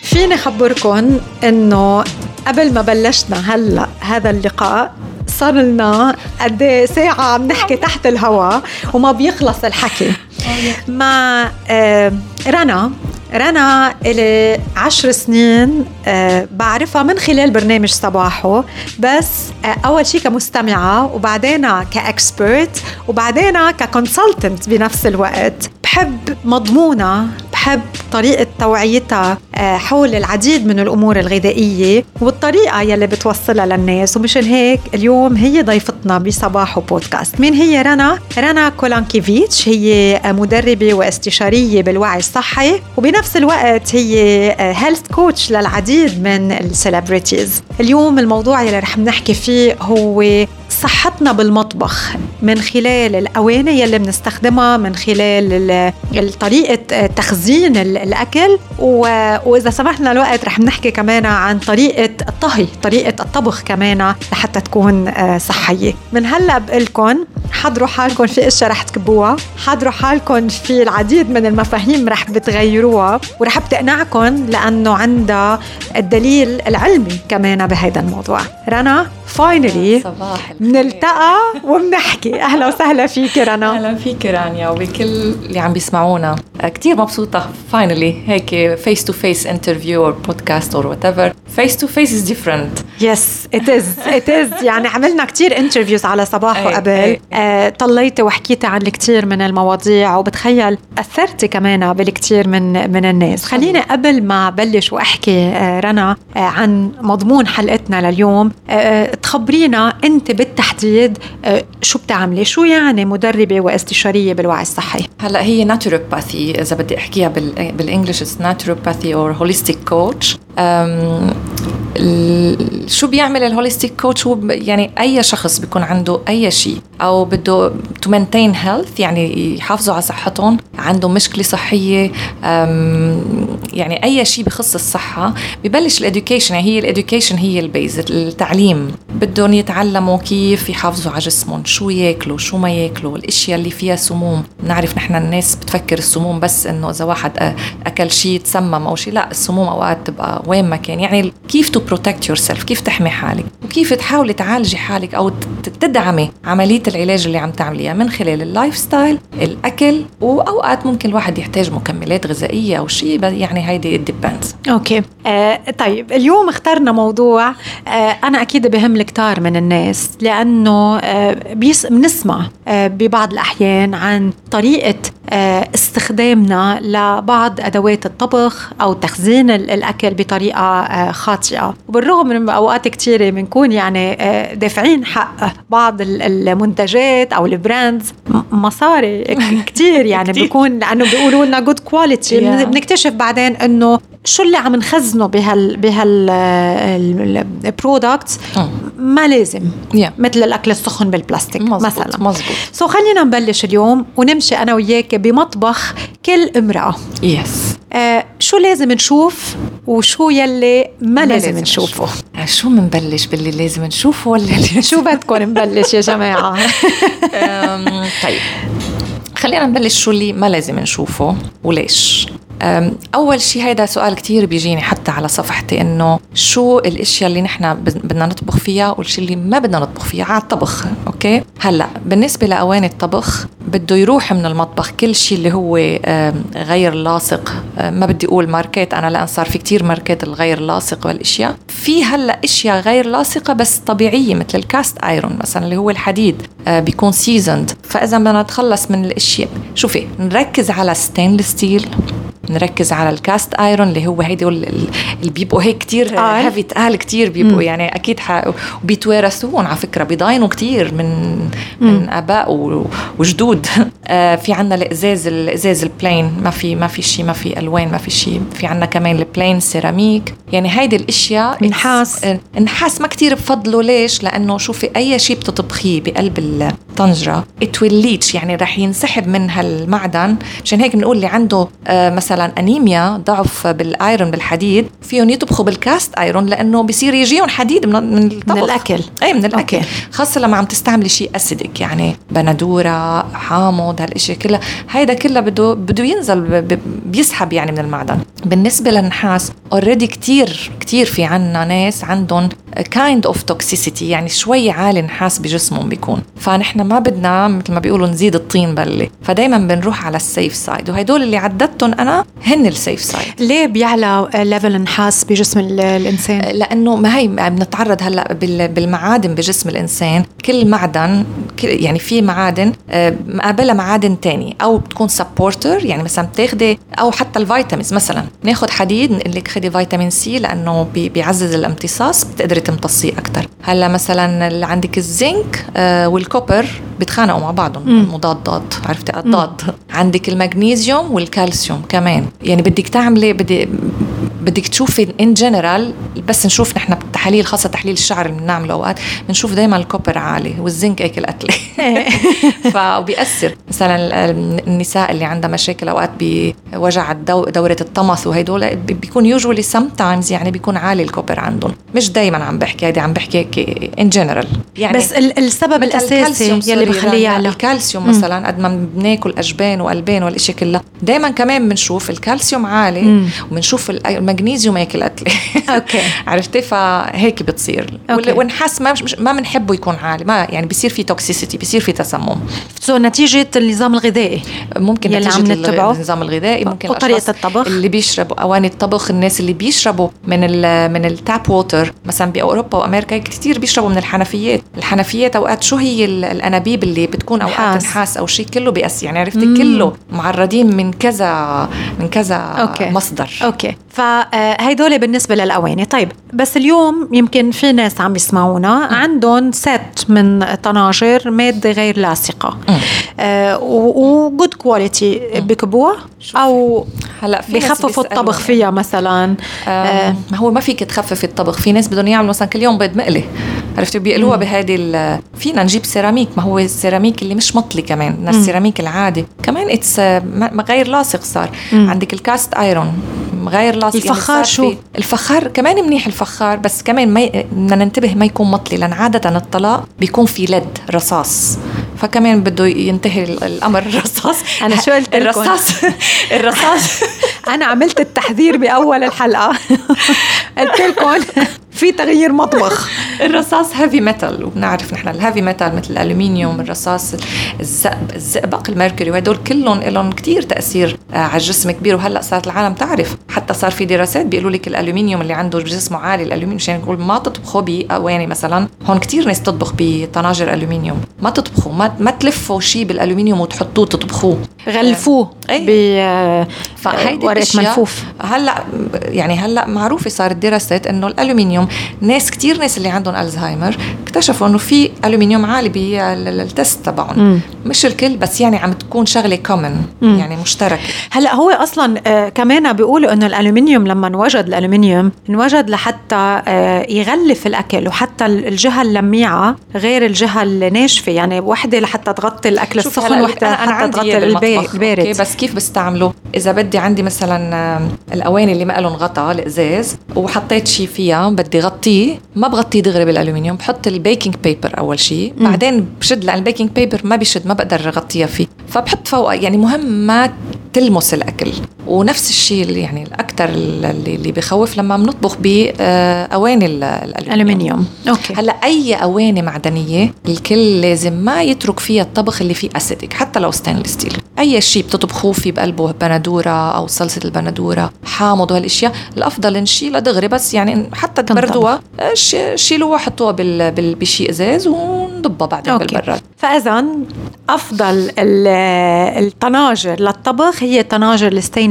فيني خبركن إنه قبل ما بلشنا هلأ هذا اللقاء صار لنا قد ساعة عم نحكي تحت الهواء وما بيخلص الحكي مع رنا إلي 10 سنين بعرفها من خلال برنامج صباحو، بس أول شيء كمستمعة وبعدين كأكسبرت وبعدين ككونسلتنت بنفس الوقت. بحب مضمونة، بحب طريقة توعيتها حول العديد من الأمور الغذائية والطريقة يلي بتوصلها للناس، ومشان هيك اليوم هي ضيفتنا بصباحو بودكاست. مين هي رنا كولانكيفيتش؟ هي مدربة واستشارية بالوعي الصحي، وبنفس الوقت هي هيلث كوتش للعديد من السيلبريتيز. اليوم الموضوع يلي رح نحكي فيه هو صحتنا بالمطبخ من خلال الأواني يلي بنستخدمها، من خلال طريقة تخزين الأكل، وإذا سمحنا الوقت رح نحكي كمان عن طريقة الطهي، طريقة الطبخ كمان لحتى تكون صحية. من هلأ بقلكن حضروا حالكم في اشياء رح تكبوها، حضروا حالكم في العديد من المفاهيم رح بتغيروها ورح بتقنعكم، لأنه عندها الدليل العلمي كمان بهذا الموضوع. رنا فاينلي نلتقى وبنحكي. أهلا وسهلا فيك رنا. أهلا فيك رانيا وبكل اللي عم بيسمعونا. كتير مبسوطة فاينلي هيك face to face interview or podcast or whatever. Face to face is different. Yes it is يعني عملنا كتير interviews على صباحو قبل. طليت وحكيت عن الكثير من المواضيع، وبتخيل أثرت كمان بالكثير من الناس. خليني قبل ما بلش وأحكي رنا عن مضمون حلقتنا لليوم تخبرينا أنت بالتحديد شو بتعملي، شو يعني مدربة واستشارية بالوعي الصحي؟ هلأ هي ناتوروباثي، إذا بدي أحكيها بالإنجليش ناتوروباثي أو هوليستيك كوتش. شو بيعمل الهوليستيك كوتش؟ هو يعني أي شخص بيكون عنده أي شيء أو بده to maintain health، يعني يحافظوا على صحتهم، عنده مشكلة صحية، يعني أي شيء بخص الصحة. ببلش الإدوكيشن، يعني هي الإدوكيشن هي البيز، التعليم. بدهم يتعلموا كيف يحافظوا على جسمهم، شو ياكلوا شو ما ياكلوا، الاشياء اللي فيها سموم. نعرف نحن الناس بتفكر السموم بس انه اذا واحد اكل شيء تسمم او شيء، لا، السموم اوقات تبقى وين ما كان. يعني كيف تو بروتكت يور سيلف، كيف تحمي حالك، وكيف تحاولي تعالجي حالك او تدعمي عمليه العلاج اللي عم تعمليها من خلال اللايف ستايل، الاكل، واوقات ممكن الواحد يحتاج مكملات غذائيه او شيء، يعني هيدي ديبندز. اوكي. طيب اليوم اخترنا موضوع انا اكيد بهم كتار من الناس، لأنه بنسمع ببعض الأحيان عن طريقة استخدامنا لبعض أدوات الطبخ أو تخزين الأكل بطريقة خاطئة. وبالرغم من أوقات كتيرة بنكون يعني دافعين حق بعض المنتجات أو البراندز مصاري كتير يعني بيكون، لأنه بيقولوا لنا good quality، بنكتشف بعدين أنه شو اللي عم نخزنه بهالبرودكتس ما لازم مثل الأكل السخن بالبلاستيك مثلا. مزبوط. خلينا نبلش اليوم ونمشي أنا وياك بمطبخ كل امرأة. شو لازم نشوف وشو يلي ما لازم نشوفه؟ شو منبلش باللي لازم نشوفه ولا شو بدكم نبلش يا جماعة؟ طيب خلينا نبلش شو اللي ما لازم نشوفه وليش. أول شيء هيدا سؤال كتير بيجيني حتى على صفحتي، إنه شو الأشياء اللي نحنا بدنا نطبخ فيها والشيء اللي ما بدنا نطبخ فيها على الطبخ. أوكي، هلأ بالنسبة لأواني الطبخ بده يروح من المطبخ كل شيء اللي هو غير لاصق. ما بدي أقول ماركات أنا، لأن صار في كتير ماركات الغير لاصق والأشياء. في هلأ أشياء غير لاصقة بس طبيعية، مثل الكاست ايرون مثلا اللي هو الحديد بيكون سيزند. فإذا بدنا نتخلص من الأشياء، شوفي، نركز على ستينلس ستيل، نركز على الكاست ايرون اللي هو هيدي اللي بيبقوا هيك كتير هافي، تقال كتير بيبقوا يعني اكيد بيتوارثون على فكره، بيضاينوا كتير من اباء وجدود. في عنا الازاز البلين، ما في شيء، ما في الوان، ما في شيء. في عنا كمان البلين سيراميك، يعني هيدي الاشياء نحاس ما كتير بفضلوا. ليش؟ لانه شوفي اي شيء بتطبخيه بقلب الطنجرة it will leach، يعني رح ينسحب منها المعدن. عشان هيك بنقول اللي عنده مثلا أنيميا، ضعف بالآيرون بالحديد، فيهم يطبخوا بالكاست آيرون لأنه بيصير يجيهم حديد من الطبخ، من الأكل. أي من الأكل. خاصة لما عم تستعملي شيء أسيدك، يعني بندورة، حامض، هالاشياء كلها، هيدا كلها بده ينزل بيسحب يعني من المعدن. بالنسبة للنحاس already كتير في عنا ناس عندهم kind of toxicity، يعني شوي عالي نحاس بجسمهم بيكون، فنحن ما بدنا مثل ما بيقولوا نزيد الطين بلة، فدايما بنروح على السيف سايد، وهيدول اللي عددتهم أنا هن السيف سايد. ليه بيعلى ليفل النحاس بجسم الإنسان؟ لأنه ما هي بنتعرض هلأ بالمعادن بجسم الإنسان، كل معدن يعني في معادن مقابلة معادن تاني، أو بتكون سبورتر، يعني مثلا بتاخدي، أو حتى الفيتامينز، مثلا ناخد حديد نقول لك خدي فيتامين سي لأنه بيعزز الامتصاص، بتقدري تمتصيه أكتر. هلا مثلا اللي عندك الزنك والكوبر بيتخانقوا مع بعضهم، مضادات، عرفتي الضاد. عندك المغنيسيوم والكالسيوم كمان، يعني بدك تعملي بدك تشوفي ان جنرال، بس نشوف نحن بالتحاليل، خاصه تحليل الشعر اللي بنعمله اوقات بنشوف دائما الكوبر عالي والزنك اكل قتله فبيأثر. مثلا النساء اللي عندها مشاكل اوقات بوجع دوره الطمث وهيدول، بيكون يوجولي sometimes يعني بيكون عالي الكوبر عندهم، مش دائما عم بحكي هيدي، عم بحكي ان جنرال يعني. بس السبب الاساسي يلي بخليه يعلى الكالسيوم مثلا، قد ما بناكل اجبان والبان والاشياء كلها، دائما كمان بنشوف الكالسيوم عالي وبنشوف المغنيسيوم ياكل قتله اوكي عرفتي؟ فهيك بتصير. ونحس ما بنحبه يكون عالي، ما يعني بيصير في توكسيسيتي، بيصير في تسمم. نتيجة النظام الغذائي، ممكن نتيجة النظام الغذائي، ممكن وطريقة الطبخ اللي بيشربوا أواني الطبخ، الناس اللي بيشربوا من التاب ووتر مثلا بأوروبا وأمريكا كتير بيشربوا من الحنفيات أوقات شو هي الأنابيب اللي بتكون أوقات نحاس أو شيء، كله بيأس يعني، عرفتي؟ كله معرضين من كذا مصدر. اوكي فهيدول بالنسبة للأواني. طيب بس اليوم يمكن في ناس عم يسمعونا عندهم ست من طناجر مادة غير لاصقة وجود كواليتي، بكبوها أو هلا بيخففوا الطبخ فيها مثلا. ما هو ما فيك تخفف الطبخ. في ناس بدهم يعملوا مثلا كل يوم بيض مقلي، عرفتي؟ بيقلوها بهذه فينا نجيب سيراميك، ما هو السيراميك اللي مش مطلي كمان، السيراميك العادي كمان اتس غير لاصق صار. عندك الكاست ايرون غير لاصق. الفخار يعني شو؟ الفخار كمان منيح الفخار، بس كمان بدنا ننتبه ما يكون مطلي، لأن عادة الطلاق بيكون في لد رصاص، فكمان بده ينتهي الأمر. الرصاص أنا شو قلت لكم؟ الرصاص أنا عملت التحذير بأول الحلقة قلت لكم في تغيير مطبخ. الرصاص هيفي ميتال، وبنعرف نحن الهيفي ميتال مثل الألومنيوم، الرصاص، الزئبق، الميركوري، وهدول كلهم لهم كتير تأثير على الجسم كبير. وهلأ صارت العالم تعرف، حتى صار في دراسات بيقولوا لك الألومنيوم اللي عنده جسمه عالي، الألومنيوم، عشان نقول ما تطبخوا بأواني مثلا. هون كتير ناس تطبخ بطناجر ألومنيوم، ما تطبخوا، ما تلفوا شيء بالألومنيوم وتحطوه تطبخوه، غلفوه بورقة ملفوف. هلأ معروفة صارت دراسات إنه الألومنيوم، كتير ناس اللي عندهم ألزهايمر اكتشفوا إنه في ألومنيوم عالي بالتست تبعهم، مش الكل، بس يعني عم تكون شغلة كومن يعني مشتركة. هلأ هو أصلا كمان بيقولوا إنه الألومنيوم لما انوجد لحتى يغلف الأكل، وحتى الجهة اللميعة غير الجهة الناشفة، يعني وحدة لحتى تغطي الأكل السخن، وحدة حتى تغطي البارد. بس كيف بستعمله؟ إذا بدي عندي مثلا الأواني اللي ما لهم غطاء، الإزاز، وحطيت شيء فيها بدي غطيه، ما بغطيه دغري بالألومنيوم، بحط البيكنج بيبر أول شيء، بعدين بشد، لأن البيكنج بيبر ما بيشد، ما بقدر أغطيها فيه، فبحط فوقه. يعني مهم ما تلمس الأكل. ونفس الشيء اللي يعني الأكتر اللي بيخوف لما بنطبخ بأواني الألومنيوم. أوكي. هلا أي أواني معدنية الكل لازم ما يترك فيها الطبخ اللي فيه أسيدك، حتى لو ستانلس ستيل. أي شيء بتطبخوه في بقلبه بندورة أو صلصة البندورة، حامض وهالأشياء، الأفضل نشيلها دغري، بس يعني حتى تبردوها شيلوها، حطوها بشيء إزاز ونضبها بعدين بالبراد. فإذا أفضل الطناجر للطبخ هي طناجر الستينلس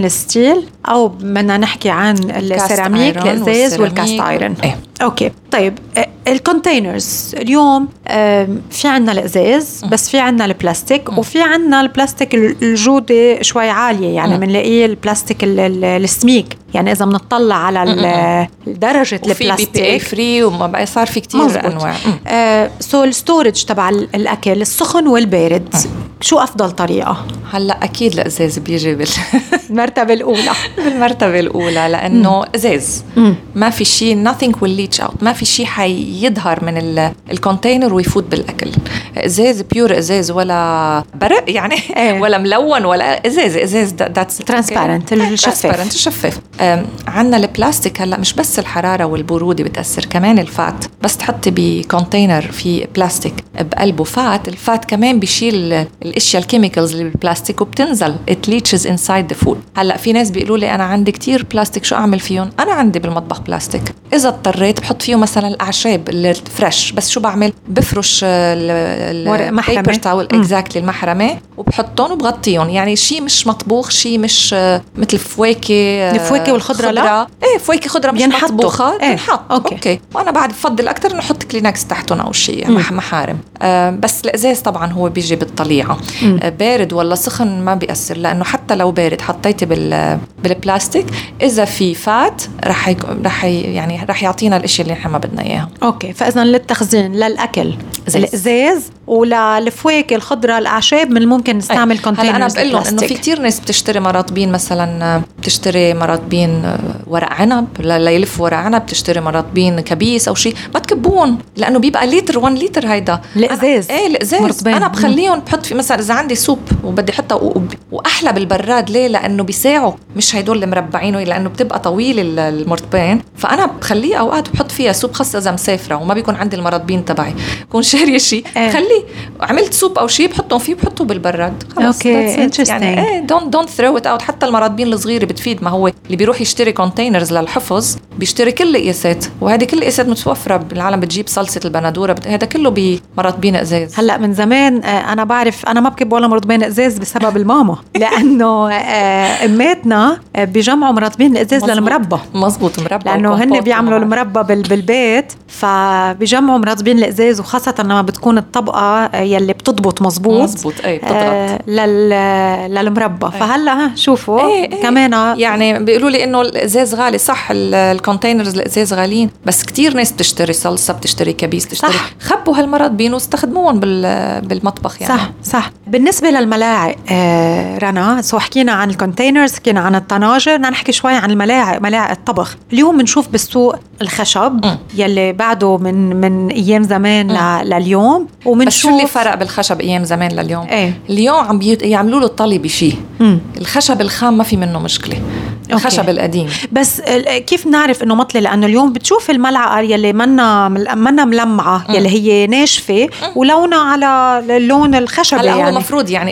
الستانلس ستيل أو بدنا نحكي عن السيراميك الإزاز والكاست ايرون. أوكي طيب الكونتينرز اليوم في عنا الإزاز بس في عنا البلاستيك وفي عنا البلاستيك الجودة شوي عالية يعني بنلاقيه البلاستيك السميك يعني إذا بنطلع على درجة البلاستيك وفي فري وما بقى صار في كتير مزبوط. أنواع سو الستورج تبع الأكل السخن والبارد شو أفضل طريقة؟ هلأ أكيد الإزاز بيجي بالمرتبة الأولى بالمرتبة الأولى لأنه إزاز ما في شيء nothing will leach out ما في شيء حيظهر من الكونتينر ويفوت بالأكل إزاز بيور إزاز ولا برق يعني ولا ملون ولا إزاز that's transparent الشفاف عنا البلاستيك هلأ مش بس الحرارة والبرودة بتأثر كمان الفات بس تحطي بكونتينر في بلاستيك بقلبه فات الفات كمان بيشيل الاشياء الكيميكالز اللي بالبلاستيك وبتنزل it leaches inside the food. هلا في ناس بيقولوا لي انا عندي كتير بلاستيك شو اعمل فيهم؟ انا عندي بالمطبخ بلاستيك اذا اضطريت بحط فيه مثلا الاعشاب الفريش بس شو بعمل؟ بفرش البيبر تاول اكزاكتلي المحرمه وبحطهم وبغطيهم يعني شيء مش مطبوخ شيء مش مثل الفواكه والخضره لا فواكه خضره مش مطبوخه بنحط اوكي وانا بعد بفضل اكثر انه احط كلينكس تحتهم او شيء محارم بس الازاز طبعا هو بيجي بالطليعه بارد ولا سخن ما بيأثر لانه حتى لو بارد حطيتي بالبلاستيك اذا في فات رح يعطينا الاشياء اللي نحن ما بدنا اياها. اوكي فاذا للتخزين للاكل الازاز وللفواكه الخضره الاعشاب من الممكن نستعمل كونتينرز. انا بقول لهم انه في كتير ناس بتشتري مرطبين مثلا بتشتري مرطبين ورق عنب ليلف ورق عنب بتشتري مرطبين كبيس او شيء ما تكبون لانه بيبقى لتر 1 لتر هيدا الازاز الازاز انا بخليهم بحط في مثلا اذا عندي سوب وبدي احطها واحلى بالبراد ليه لانه بيساعوا مش هيدول المربعين لانه بتبقى طويل المرطبين فانا بخليه اوقات بحط فيها سوب خاصه اذا مسافره وما بيكون عندي المرطبين تبعي كون شاريه شيء خليه عملت سوب او شيء بحطهم فيه بحطه بالبراد خلاص اوكي يعني دونت ثرو ات اوت حتى المرطبين الصغيره بتفيد ما هو اللي بيروح يشتري كونتينرز للحفظ بيشتري كل القياسات وهذه كل القياسات متوفره بالعالم بتجيب صلصه البندوره هذا كله بمرطبين ازاز. هلا من زمان انا بعرف انا ما بكب ولا مرطبين ازاز بسبب الماما لانه اماتنا بيجمعوا مرطبين الازاز للمربى مزبوط مربى لانه هن بيعملوا المربى بالبيت فبيجمعوا مرطبين الازاز وخاصه لما بتكون الطبقه يلي بتضبط مزبوط بتضغط للمربى فهلا شوفوا كمان يعني بيقولوا لي انه الازاز غالي صح الكونتينرز الازاز غاليين بس كتير ناس بتشتري صلصه بتشتري كبيس بتشتري خبوا هالمرطبين واستخدموهم بالمطبخ يعني صح بالنسبه للملاعق رنا سو حكينا عن الكونتينرز حكينا عن الطناجر بدنا نحكي شوي عن ملاعق الطبخ. اليوم بنشوف بالسوق الخشب يلي بعده من ايام زمان لليوم بس شو اللي فرق بالخشب ايام زمان لليوم اليوم عم يعملوا له الطلي بشيء الخشب الخام ما في منه مشكله الخشب القديم بس كيف نعرف انه مطلي لانه اليوم بتشوف الملعقه يلي منا ملمعه يلي هي ناشفه ولونها على اللون الخشبي يعني هو مفروض يعني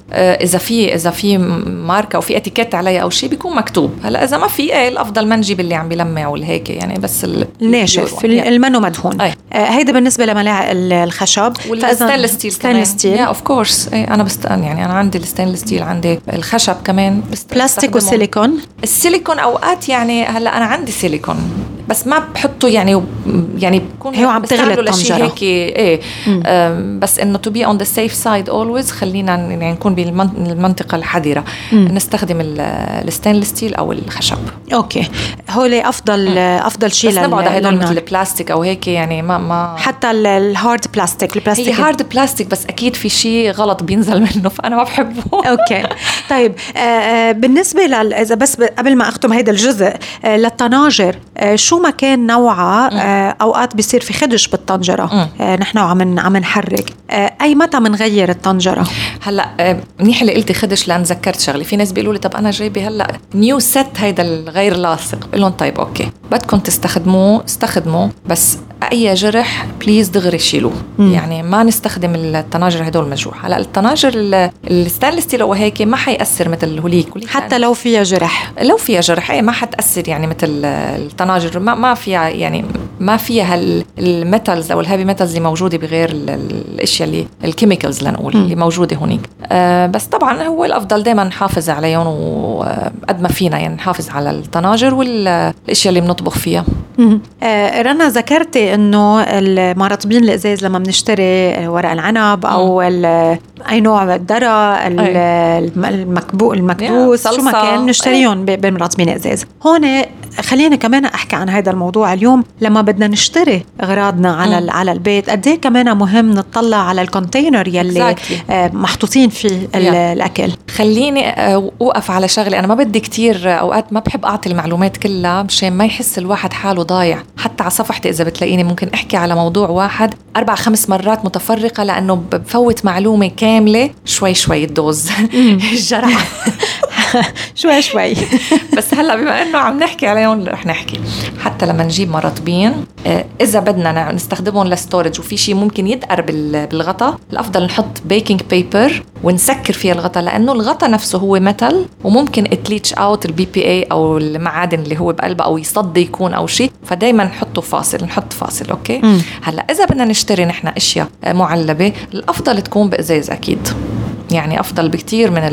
اذا في ماركه او في اتيكيت عليها او شيء بيكون مكتوب. هلا اذا ما في الافضل ما نجيب اللي عم بيلمع ولا هيك يعني بس الناشف المنو مدهون هيدا بالنسبه لملاعق الخشب. والستانلس ستيل يا اوف كورس انا يعني انا عندي الستانلس ستيل عندي الخشب كمان بلاستيك وسيليكون. السيليكون اوقات يعني هلا انا عندي سيليكون بس ما بحطه يعني بكون هو عم تغلي الطنجرة هيك بس انه to be on the safe side always خلينا يعني نكون بالمنطقة الحذرة نستخدم الستانلس ستيل او الخشب. اوكي هولي افضل شيء بس نبعد هدول مثل البلاستيك او هيك يعني ما حتى الهارد بلاستيك هي هارد بلاستيك بس اكيد في شيء غلط بينزل منه فانا ما بحبه. اوكي طيب بالنسبة اذا بس قبل ما اختم هيدا الجزء للطناجر شو ما كان نوعها اوقات بيصير في خدش بالطنجره نحن عم نحرك اي متى منغير الطنجره؟ هلا منيح اللي قلتي خدش لان ذكرت شغله في ناس بيقولوا لي طب انا جايبه هلا نيو سيت هيدا الغير لاصق بقول لهم طيب اوكي بدكم استخدموا بس اي جرح بليز دغري شيلوه يعني ما نستخدم الطناجر هدول مجروح. هلا الطناجر الستانلس ستيل او هيك ما حيأثر مثل الهوليك حتى لو فيها جرح ما حتأثر يعني مثل الطناجر ما فيها يعني ما فيها الميتالز او الهيفي ميتالز اللي موجوده بغير الاشياء اللي الكيميكالز لنقول اللي موجوده هونيك. بس طبعا هو الافضل دائما نحافظ عليهم، وقد ما فينا يعني نحافظ على الطناجر والاشياء اللي بنطبخ فيها. رنا ذكرتي انه المرطبين الازاز لما بنشتري ورق العنب او اي نوع الذره المكبوس شو ما كان نشتريهم بمرطبين ازاز. هون خلينا كمان احكي عن هذا الموضوع اليوم. لما بدنا نشتري اغراضنا على البيت قد ايه كمان مهم نطلع على الكونتينر يلي محطوطين فيه الاكل. خليني اوقف على شغله، انا ما بدي كتير اوقات ما بحب اعطي المعلومات كلها مشان ما يحس الواحد حاله ضايع. حتى على صفحتي اذا بتلاقيني ممكن احكي على موضوع واحد 4-5 مرات متفرقه، لانه بفوت معلومه كامله شوي الدوز الجرعه شوي بس هلا بما انه عم نحكي عليهم رح نحكي حتى لما نجيب مرطبين اذا بدنا نستخدمهم لستورج وفي شيء ممكن يدقر بالغطاء، الافضل نحط بيكنج بيبر ونسكر فيها الغطاء، لانه الغطاء نفسه هو ميتال وممكن اتليتش اوت البي بي اي او المعادن اللي هو بقلبه او يصدي يكون او شيء، فدايما نحط فاصل. اوكي. هلا اذا بدنا نشتري نحن اشياء معلبه الافضل تكون بازاز اكيد، يعني افضل بكتير من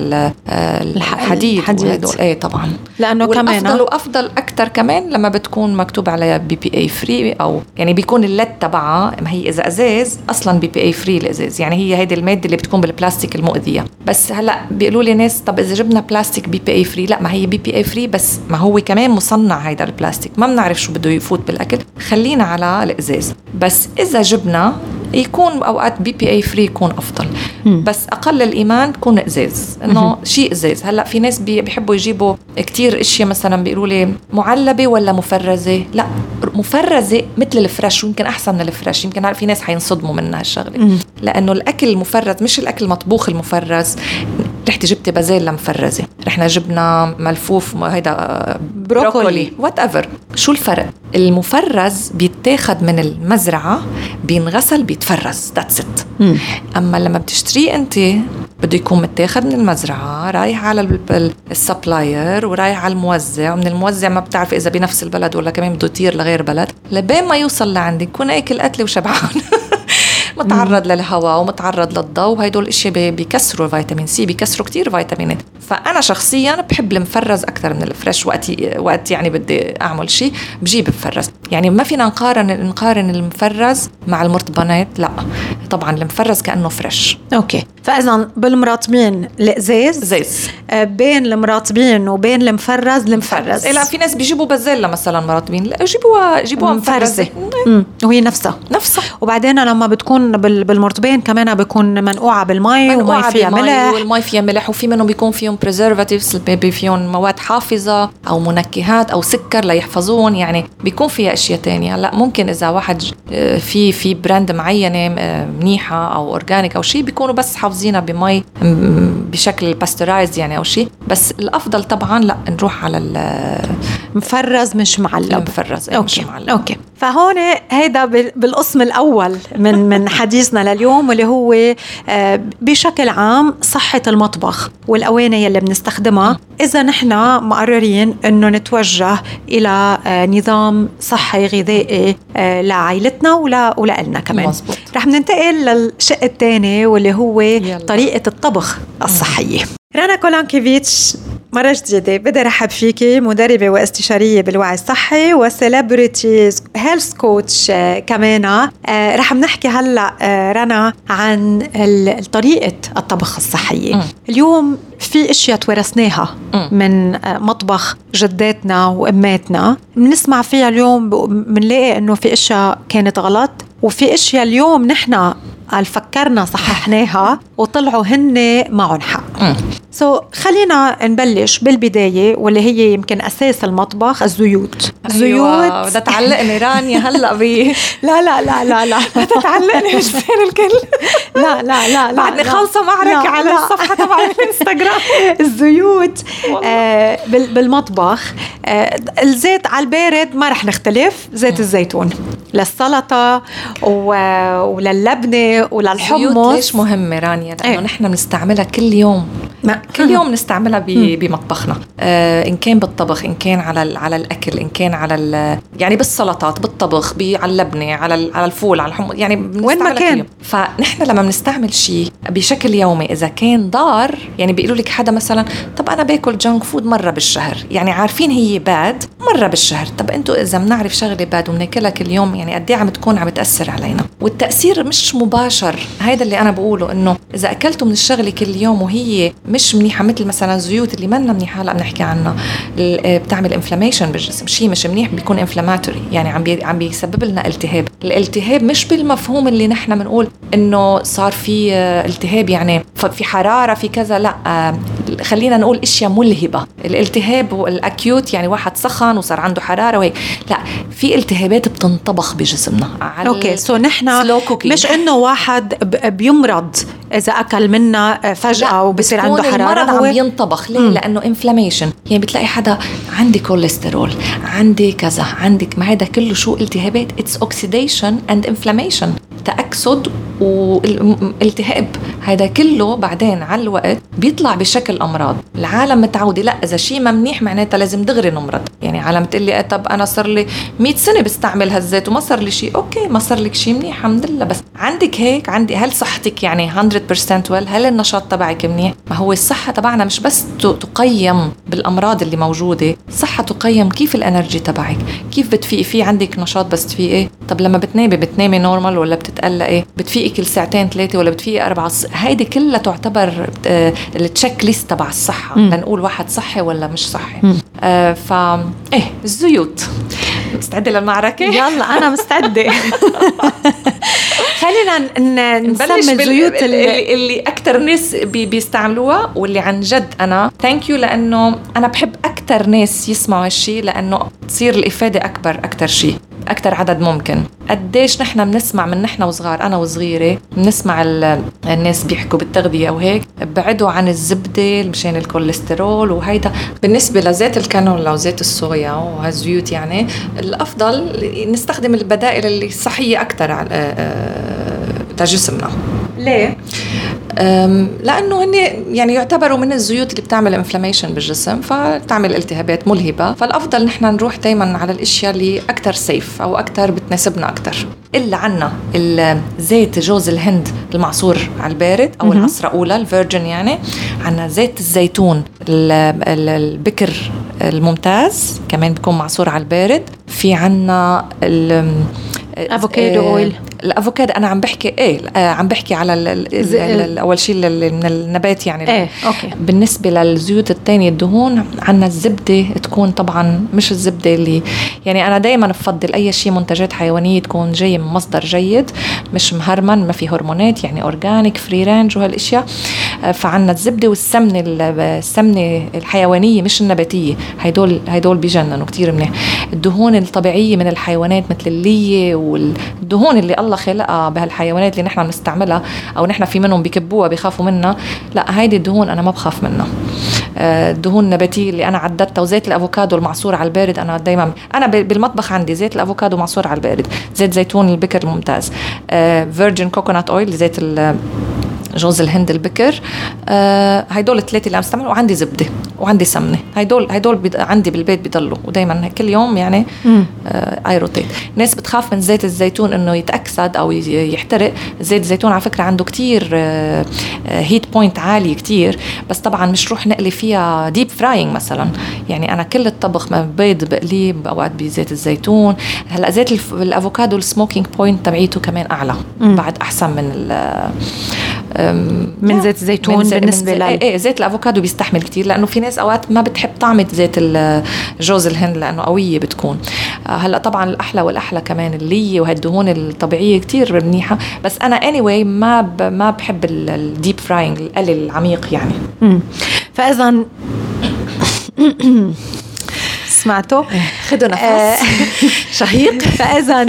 الحديد وهدول. ايه طبعا، لانه كمان افضل اكثر كمان لما بتكون مكتوب عليها بي بي اي فري، او يعني بيكون اللت تبعها، ما هي اذا ازاز اصلا بي بي اي فري الازاز، يعني هي هيدي الماده اللي بتكون بالبلاستيك المؤذيه. بس هلا بيقولوا لي ناس طب اذا جبنا بلاستيك بي بي اي فري، لا ما هي بي بي اي فري بس ما هو كمان مصنع هيدا البلاستيك، ما بنعرف شو بده يفوت بالاكل، خلينا على الازاز. بس اذا جبنا يكون اوقات بي بي اي فري يكون افضل، بس اقل الايمان تكون ازاز، انه شيء ازاز. هلا في ناس بيحبوا يجيبوا كتير اشياء، مثلا بيقولوا لي معلبه ولا مفرزه، لا مفرزه مثل الفريش، ويمكن احسن من الفريش. يمكن في ناس حينصدموا منها هالشغله، لانه الاكل المفرز مش الاكل المطبوخ المفرز. رحتي جبتي بازيلا مفرزه، رحنا جبنا ملفوف هيدا بروكولي وات ايفر، شو الفرق؟ المفرز بيتاخد من المزرعه بينغسل بيتفرز ذاتس ات. اما لما بتشتريه انت بده يكون متاخد من المزرعه رايح على السبلاير ورايح على الموزع، ومن الموزع ما بتعرف اذا بنفس البلد ولا كمان بده يطير لغير بلد، لبين ما يوصل لعندك يكون اكل قتله وشبعان متعرض للهواء ومتعرض للضوء، وهيدول الاشياء بيكسروا فيتامين سي، بيكسروا كتير فيتامينات. فانا شخصيا بحب المفرز اكثر من الفريش. وقت يعني بدي اعمل شيء بجيب مفرز، يعني ما فينا نقارن المفرز مع المرطبانات، لا طبعا المفرز كانه فريش. اوكي، فاذا بالمراطبين الازاز بين المراطبين وبين المفرز لا في ناس بيجيبوا بازيلا مثلا مراطبين، لا جيبوها مفرزه وهي نفسها. وبعدين لما بتكون بالمرطبين كمان بيكون منقوعه بالماء وماء فيها ملح، والماء فيها ملح، وفي منهم بيكون فيهم بريزرفاتيفز، فيهم مواد حافظه او منكهات او سكر ليحفظوهم، يعني بيكون فيها اشياء تانية. لا ممكن اذا واحد في براند معينه منيحه او اورجانيك او شيء بيكونوا بس حافظينها بماء بشكل باسترايز يعني او شيء، بس الافضل طبعا لا نروح على مفرز مش معلب. مفرز مش معلب. اوكي، فهون هيدا بالقسم الاول من حديثنا لليوم، واللي هو بشكل عام صحة المطبخ والأواني اللي بنستخدمها إذا نحن مقررين إنه نتوجه إلى نظام صحي غذائي لعائلتنا ولنا كمان. مزبوط. رح ننتقل للشق الثاني واللي هو طريقة الطبخ الصحية. رنا كولانكيفيتش، مرة جديدة بدي رحب فيكي، مدربة واستشارية بالوعي الصحي وسيلبريتي هيلث كوتش كمان. رح نحكي هلأ رنا عن طريقة الطبخ الصحية. اليوم في اشياء تورثناها من مطبخ جداتنا واماتنا، بنسمع فيها اليوم بنلاقي انه في اشياء كانت غلط، وفي اشياء اليوم نحن فكرنا صححناها وطلعوا هن معهم حق. خلينا نبلش بالبداية واللي هي يمكن أساس المطبخ، الزيوت. أيوة. بدها تعلقني رانيا هلأ لا بدها تعلقني مش بين الكل. لا بعدني خالصة معركة على الصفحة تبع الانستغرام. الزيوت بالمطبخ، الزيت على البارد ما رح نختلف، زيت الزيتون للسلطة وللبنة وللحمص. ليش مهمة رانيا؟ لأنه نحن بنستعملها كل يوم. كل يوم نستعملها بمطبخنا، إن كان بالطبخ، إن كان على الأكل، إن كان على يعني بالسلطات، بالطبخ، على اللبنة، على الفول، على الحمص، يعني وين ما كان. فنحن لما بنستعمل شيء بشكل يومي إذا كان ضار، يعني بيقولوا لك حدا مثلا طب أنا باكل جانك فود مرة بالشهر، يعني عارفين هي باد مرة بالشهر. طب أنتوا إذا بنعرف شغلة باد وبناكلها كل يوم، يعني قد ايه عم تكون عم تأثر علينا، والتأثير مش مباشر. هيدا اللي أنا بقوله، إنه إذا أكلتوا من الشغلة كل يوم وهي مش منيحة، مثل مثلا الزيوت اللي منا منيحة، هلا بنحكي عنها، بتعمل انفلاميشن بالجسم، شيء مش منيح بيكون انفلاماتوري، يعني عم بيسبب لنا التهاب. الالتهاب مش بالمفهوم اللي نحن بنقول إنه صار في التهاب يعني في حرارة في كذا، لا، خلينا نقول اشياء ملهبة. الالتهاب والاكيوت يعني واحد سخن وصار عنده حرارة وهيك، لا، في التهابات بتنطبخ بجسمنا. اوكي، سو نحن مش انه واحد بيمرض اذا اكل منا فجأة وبصير عنده حرارة، المرض عم ينطبخ. ليه؟ لانه انفلاميشن، يعني بتلاقي حدا عندي كوليسترول، عندي كذا، عندك، ما هذا كله شو؟ التهابات. اتس اوكسيديشن اند انفلاميشن، تأكسد والتهاب. هذا كله بعدين على الوقت بيطلع بشكل أمراض. العالم متعودة لا، إذا شيء ما منيح معناتها لازم دغري نمرض. يعني عالم تقول لي طب أنا صار لي 100 سنة بستعمل هالزيت وما صار لي شيء. أوكي، ما صار لك شيء، منيح، الحمد لله. بس عندك هيك، هل صحتك يعني 100% well؟ هل النشاط تبعك منيح؟ ما هو الصحة تبعنا مش بس تقيم بالأمراض اللي موجودة، الصحة تقيم كيف الانرجي تبعك، كيف بتفيقي، في عندك نشاط بس تفيقي. طب لما بتنامي نورمال ولا بتتقلقي؟ بتفيقي كل ساعتين 3 ولا بتفيقي 4؟ هيدي كلها تعتبر التشيك ليست تبع الصحة، لنقول واحد صحي ولا مش صحي. الزيوت. مستعدة للمعركة؟ يلا أنا مستعدة. خلينا نسمي الزيوت اللي أكتر ناس بيستعملوها، واللي عن جد أنا ثانك يو، لأنه أنا بحب أكتر ناس يسمعوا هالشي، لأنه تصير الإفادة أكبر. أكتر شيء، أكتر عدد ممكن. قديش نحن بنسمع من نحن وصغار، أنا وصغيرة بنسمع الناس بيحكوا بالتغذية وهيك، بعدوا عن الزبدة مشان الكوليسترول وهيدا. بالنسبة لزيت الكانولا وزيت الصويا وهالزيوت، يعني الأفضل نستخدم البدائل اللي صحية أكتر لجسمنا. ليه؟ لأنه هن يعني يعتبروا من الزيوت اللي بتعمل انفلاميشن بالجسم، فتعمل التهابات ملهبة. فالأفضل نحن نروح دايما على الاشياء اللي أكتر سيف أو أكتر بتناسبنا أكتر. إلا عنا زيت جوز الهند المعصور على البارد أو العصرة أولى الفيرجن، يعني عنا زيت الزيتون البكر الممتاز كمان بيكون معصور على البارد. في عنا الافوكادو اويل. الافوكادو انا عم بحكي عم بحكي على اول شيء من النبات يعني. اوكي. بالنسبه للزيوت الثانيه الدهون، عنا الزبده تكون طبعا مش الزبده اللي يعني انا دائما بفضل اي شيء منتجات حيوانيه تكون جايه من مصدر جيد، مش مهرمن، ما في هرمونات، يعني اورجانيك فري رانج وهالاشياء. فعنا الزبده والسمنه، السمنه الحيوانيه مش النباتيه، هيدول بيجننوا كتير منيح. الدهون الطبيعيه من الحيوانات مثل الليه والدهون اللي الله خلقها بهالحيوانات اللي نحن بنستعملها او نحن في منهم بيكبوها بيخافوا منها، لا، هيدي الدهون انا ما بخاف منها. الدهون النباتيه اللي انا عددتها، وزيت الافوكادو المعصور على البارد، انا دايما بالمطبخ عندي زيت الافوكادو معصور على البارد، زيت زيتون البكر الممتاز، فيرجن كوكونات اويل، زيت جوز الهند البكر، هيدول الثلاثه اللي عم استعمل. وعندي زبده وعندي سمنه، هيدول عندي بالبيت بيضلوا، ودايما كل يوم يعني اي روتيت. ناس بتخاف من زيت الزيتون انه يتاكسد او يحترق. زيت الزيتون على فكره عنده كتير هيت بوينت عالي كتير، بس طبعا مش روح نقلي فيها ديب فراينج مثلا. يعني انا كل الطبخ ما بيض بقليه اوقات بزيت الزيتون. هلا زيت الافوكادو السموكينج بوينت تبعيته كمان اعلى، بعد احسن من زيت الزيتون. بالنسبه زيت الافوكادو بيستحمل كتير، لانه في ناس اوقات ما بتحب طعمه زيت جوز الهند لانه قويه بتكون. هلا طبعا الاحلى والاحلى كمان اللي وهالدهون الطبيعيه كتير منيحه، بس انا anyway ما بحب الديب فراينج، القلي العميق يعني. فاذا سمعتوا؟ خدوا نفس شهيق. فإذا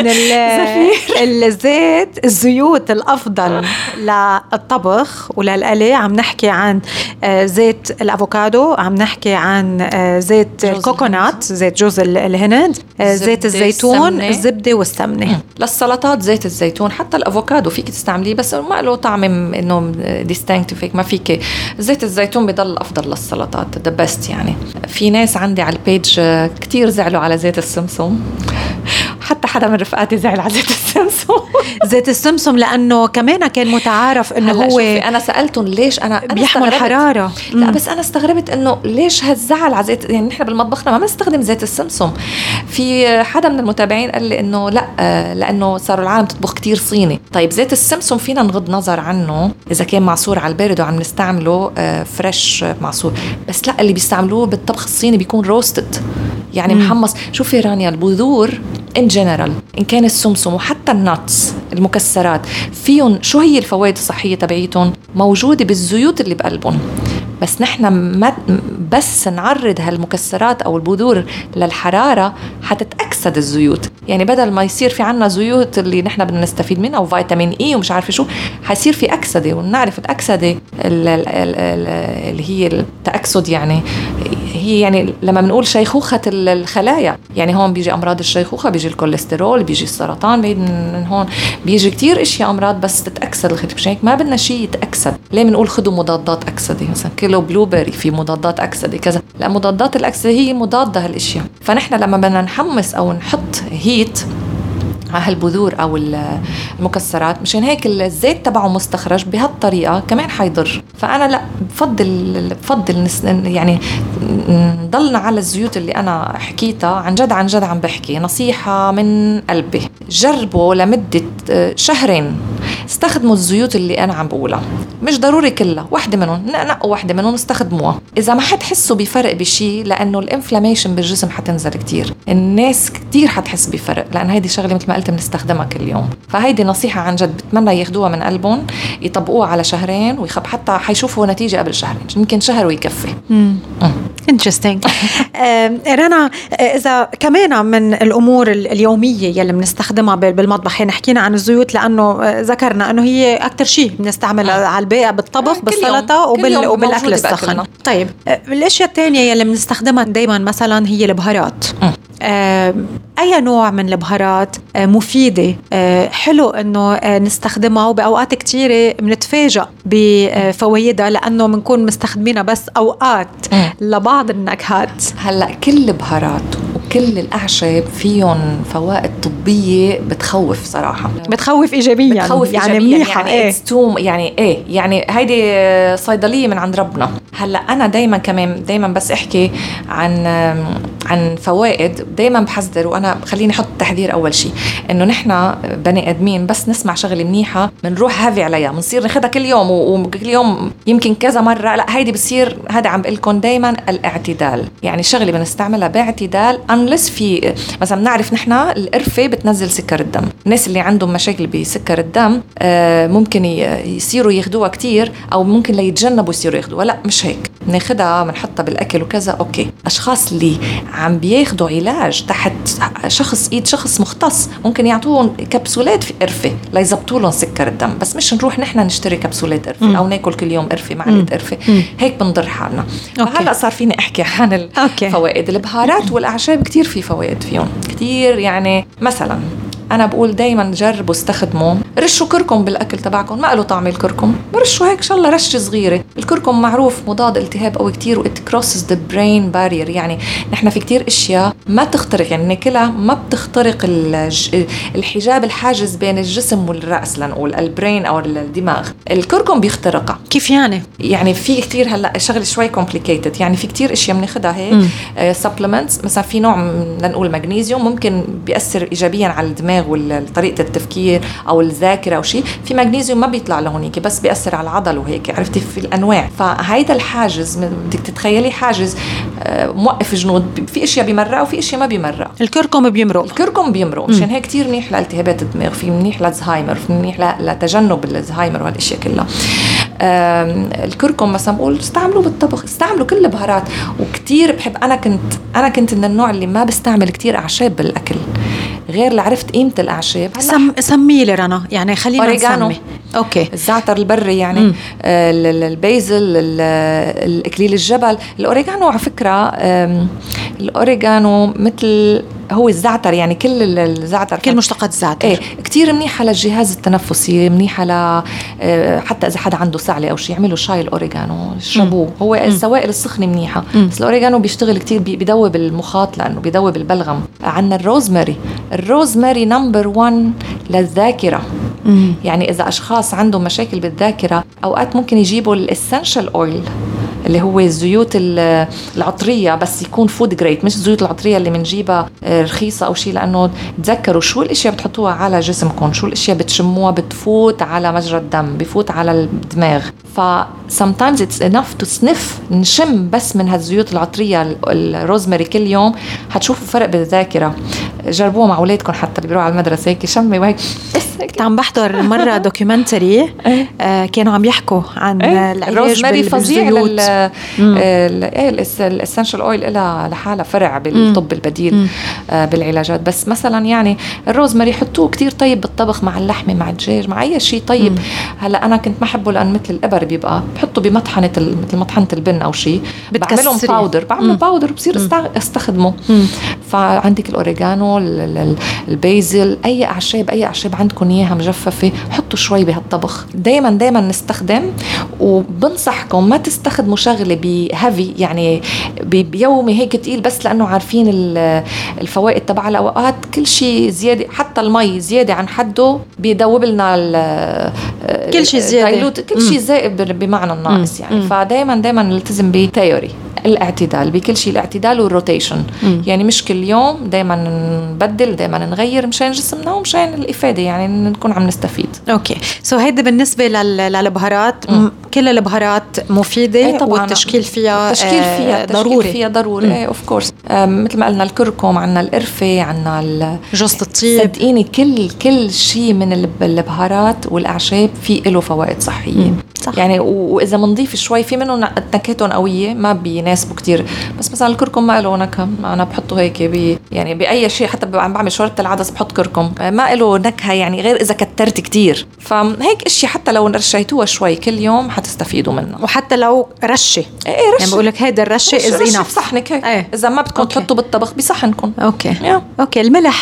الزيوت الأفضل للطبخ وللقلي عم نحكي عن زيت الأفوكادو، عم نحكي عن زيت الكوكونات، زيت جوز الهند، زيت الزيتون، الزبدة والسمنة. للسلطات زيت الزيتون، حتى الأفوكادو فيك تستعمليه بس ما له طعم إنه ديستينكتيف، ما فيك. زيت الزيتون بيضل أفضل للسلطات the best. يعني في ناس عندي على البيج كتير زعلوا على زيت السمسم، حتى حدا من رفقاتي زعل على زيت السمسم. زيت السمسم لأنه كمان كان متعارف إنه هو أنا سألتهم ليش أنا بيحمل حرارة. لا بس أنا استغربت إنه ليش هالزعل على زيت، يعني نحن بالمطبخنا ما بنستخدم زيت السمسم. في حدا من المتابعين قال لي إنه لا لأنه صاروا العالم تطبخ كتير صيني. طيب زيت السمسم فينا نغض نظر عنه إذا كان معصور على البارد وعم نستعمله فريش معصور، بس لا اللي بيستعملوه بالطبخ الصيني بيكون روستد، يعني محمص. شوفي رانيا، البذور in general إن كان السمسم وحتى الناتس المكسرات فيهم شو هي الفوائد الصحية تبعيتهم موجودة بالزيوت اللي بقلبهم. بس نحن ما بس نعرض هالمكسرات أو البذور للحرارة حتتأكسد الزيوت. يعني بدل ما يصير في عنا زيوت اللي نحن بدنا نستفيد منها وفيتامين إي ومش عارفة شو، حيصير في أكسدة. ونعرف الأكسدة اللي هي التأكسد، يعني هي يعني لما بنقول شيخوخة الخلايا، يعني هون بيجي أمراض الشيخوخة، بيجي الكوليسترول، بيجي السرطان، من هون بيجي كتير إشياء أمراض بس تتأكسد الخلايا. مش هيك ما بدنا شيء يتأكسد. ليه بنقول خدوا مضادات أكسدة؟ مثلا كيلو بلوبري في مضادات أكسدة كذا، لا مضادات الأكسدة هي مضادة هالإشياء. فنحن لما بدنا نحمس أو نحط هيت على هالبذور أو المكسرات، مشان هيك الزيت تبعه مستخرج بهالطريقة كمان حيضر. فأنا لا بفضل يعني نضلنا على الزيوت اللي أنا حكيتها. عن جد عم بحكي نصيحة من قلبي، جربوا لمدة شهرين استخدموا الزيوت اللي أنا عم بقولها، مش ضروري كلها، واحدة منهم نقوا واحدة منهم استخدموها. إذا ما حتحسوا بفرق بشي، لأنه الانفلاميشن بالجسم حتنزل كتير، الناس كتير حتحس بفرق، لأن هيدي شغلة مثل ما قلت بنستخدمها كل يوم. فهيدي نصيحة عن جد بتمنى ياخدوها من قلبهم، يطبقوها على شهرين حتى حيشوفوا نتيجة قبل شهرين، يمكن شهر ويكفي. interesting. رنا، إذا كمان من الأمور اليومية يلي بنستخدمها بالمطبخ، يعني حكينا عن الزيوت لأنه ذكرنا أنه هي أكتر شيء بنستعملها على الباقة بالطبخ بالسلطة وبالأكل السخن. طيب الأشياء الثانية يلي بنستخدمها دايما مثلا هي البهارات. أي نوع من البهارات مفيدة حلو أنه نستخدمها، وبأوقات كتيرة بنتفاجأ بفوائدها لأنه بنكون مستخدمينها بس أوقات لبعض النكهات. هلأ كل البهارات وكل الأعشاب فيهم فوائد طبية بتخوف صراحة، بتخوف إيجابيا، يعني منيحة. يعني هيدي صيدلية من عند ربنا. هلأ أنا دايما بس أحكي عن فوائد، دايما بحذر. وأنا خليني أحط تحذير أول شيء، إنه نحنا بني آدمين بس نسمع شغلة منيحة بنروح هافي عليها، بنصير ناخدها كل يوم وكل يوم يمكن كذا مرة. لا، هيدي بصير، هذا عم بقلكم دايما الاعتدال، يعني شغلة بنستعملها باعتدال. unless في مثلا نعرف نحنا القرفة بتنزل سكر الدم، الناس اللي عندهم مشاكل بسكر الدم ممكن يصيروا ياخدوها كتير، أو ممكن ليتجنبوا يصيروا ياخدوها. لا مش هيك، بناخدها بنحطها بالأكل وكذا أوكي. أشخاص اللي عم بياخدوا علاج تحت شخص مختص ممكن يعطوهم كبسولات في قرفة ليزبطوا لهم سكر الدم، بس مش نروح نحن نشتري كبسولات قرفة أو ناكل كل يوم قرفة معلقة قرفة، هيك بنضر حالنا. هلا صار فيني أحكي عن الفوائد. البهارات والأعشاب كتير في فوائد فيهم كتير. يعني مثلا أنا بقول دايما جربوا استخدموا، رشوا كركم بالأكل تبعكم. ما له طعم الكركم، برشوا هيك شاء الله رشة صغيرة. الكركم معروف مضاد التهاب قوي كتير، و it crosses the brain barrier. يعني نحن في كتير اشياء ما تخترق، يعني ناكلها ما بتخترق الحجاب الحاجز بين الجسم والرأس، لنقول البرين أو الدماغ. الكركم بيخترقها. كيف يعني في كتير هلا شغل شوي complicated. يعني في كتير اشياء بناخدها هيك supplements. مثلا في نوع لنقول مغنيسيوم ممكن بيأثر إيجابيا على الدماغ وطريقة التفكير أو الذاكرة أو شيء. في مغنيسيوم ما بيطلع لهونيك، بس بيأثر على العضل وهيك، عرفتي في الأنواع. فهيدا الحاجز بدك تتخيلي حاجز موقف جنود. في اشياء بيمرق وفي اشياء ما بيمرق. الكركم بيمرق مشان هيك كتير منيح لالتهابات الدماغ، في منيح لزهايمر، في منيح لتجنب الزهايمر وهالاشياء كلها. الكركم مثلا بقول استعملوه بالطبخ، استعملوا كل البهارات. وكتير بحب، أنا كنت من النوع اللي ما بستعمل كتير أعشاب بالأكل، غير اللي عرفت قيمة الأعشاب. سمي لي رنا، يعني خلينا نسمي. أوكي. الزعتر البري، البيزل، الإكليل الجبل. الأوريغانو على فكرة، الأوريغانو مثل هو الزعتر، يعني كل الزعتر، كل مشتقات الزعتر كتير منيحة للجهاز التنفسي، منيحة حتى إذا حدا عنده سعلة أو شيء يعملوا شاي الأوريغانو يشربوه. هو السوائل السخنة منيحة، بس الأوريغانو بيشتغل كتير، بيدوب المخاط لأنه بيدوب البلغم. عنا الروزماري نمبر 1 للذاكرة. يعني إذا أشخاص عندهم مشاكل بالذاكرة، أوقات ممكن يجيبوا الإسنشال أويل اللي هو الزيوت العطرية، بس يكون فود جريد، مش الزيوت العطرية اللي منجيبها رخيصة أو شيء، لأنه تذكروا شو الاشياء بتحطوها على جسمكم، شو الاشياء بتشموها بتفوت على مجرى الدم، بفوت على الدماغ. sometimes it's enough to sniff، نشم بس من هالزيوت العطرية الروزماري كل يوم، هتشوفوا فرق بالذاكرة. جربوها مع أولادكم حتى اللي بيروحوا على المدرسة، هيك شمي وهيك. كنت عم بحضر مرة دوكيومنتري كانوا عم يحكوا عن العلاج بالزيوت. الاسنشال اويل لها لحالها فرع بالطب البديل بالعلاجات. بس مثلا يعني الروزماري حطوه كتير طيب بالطبخ، مع اللحمة، مع الدجاج، مع أي شيء طيب. هلا أنا كنت ما أحبه لأن مثل الإبر بيبقى بحطه بمطحنة مثل مطحنة البن أو شيء، بعملهم باودر، بصير استخدمه. فعندك الأوريغانو، البيزل، أي أعشاب عندكم إياها مجففة حطوا شوي بهالطبخ. دايما نستخدم، وبنصحكم ما تستخدموا شغلة بهافي، يعني بيومي هيك تقيل، بس لأنه عارفين الفوائد تبع الأوقات. كل شيء زيادة، حتى المي زيادة عن حده بيدوب لنا كل شيء زيادة، كل شيء زائد بمعنى الناقص يعني. فدايما نلتزم بثيوري الاعتدال بكل شيء، الاعتدال والروتيشن. يعني مش كل يوم، دايما نبدل، دايما نغير مشان جسمنا ومشان الإفادة، يعني نكون عم نستفيد. اوكي. هيدا بالنسبة للبهارات. كل البهارات مفيدة، والتشكيل فيها ضروري. اوف كورس. مثل ما قلنا الكركم، عنا القرفة، عنا جوز الطيب. صدقيني كل شيء من البهارات والأعشاب في له فوائد صحية. صح. يعني وإذا منضيف شوي، في منه نكهتهم قوية ما بيناسبوا كتير، بس مثلا الكركم ما له نكهة، أنا بحطه هيك يعني بأي شيء، حتى عم بعمل شوربة العدس بحط كركم، ما له نكهة يعني، غير إذا كترت كتير. فهيك اشياء حتى لو رشيتوها شوي كل يوم هتستفيدوا منها. وحتى لو رشة، رشة. يعني بقولك هيدا الرشة is enough بصحنك هيك. إذا ما بدكم تحطوا بالطبخ بصحنكم. أوكي.